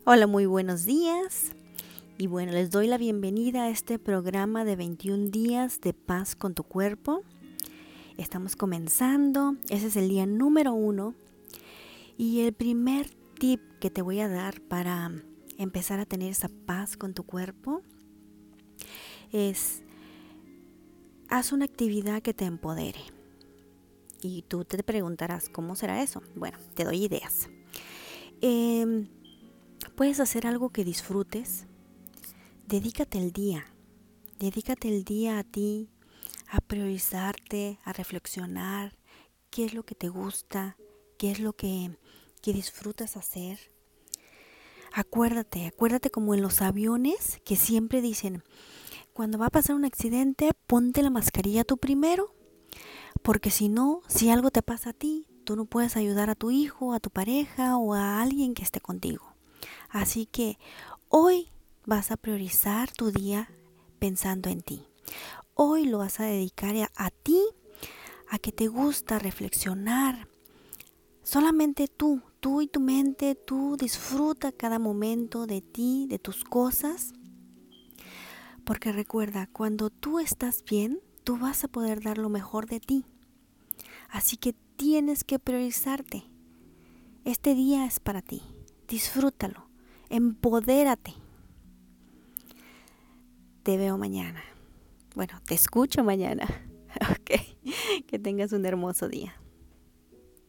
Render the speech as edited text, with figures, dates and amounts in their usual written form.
Hola, muy buenos días. Y bueno, les doy la bienvenida a este programa de 21 días de paz con tu cuerpo. Estamos comenzando, ese es el día número 1. Y el primer tip que te voy a dar para empezar a tener esa paz con tu cuerpo es: haz una actividad que te empodere. Y tú te preguntarás, ¿cómo será eso? Bueno, te doy ideas. Puedes hacer algo que disfrutes. Dedícate el día a ti, a priorizarte, a reflexionar qué es lo que te gusta, qué es lo que disfrutas hacer. Acuérdate como en los aviones que siempre dicen: cuando va a pasar un accidente, ponte la mascarilla tú primero, porque si no, si algo te pasa a ti, tú no puedes ayudar a tu hijo, a tu pareja o a alguien que esté contigo. Así que hoy vas a priorizar tu día pensando en ti. Hoy lo vas a dedicar a ti, a que te gusta reflexionar. Solamente tú y tu mente, tú disfruta cada momento de ti, de tus cosas. Porque recuerda, cuando tú estás bien, tú vas a poder dar lo mejor de ti. Así que tienes que priorizarte. Este día es para ti. Disfrútalo. Empodérate. Te veo mañana. Bueno, te escucho mañana. Ok. Que tengas un hermoso día.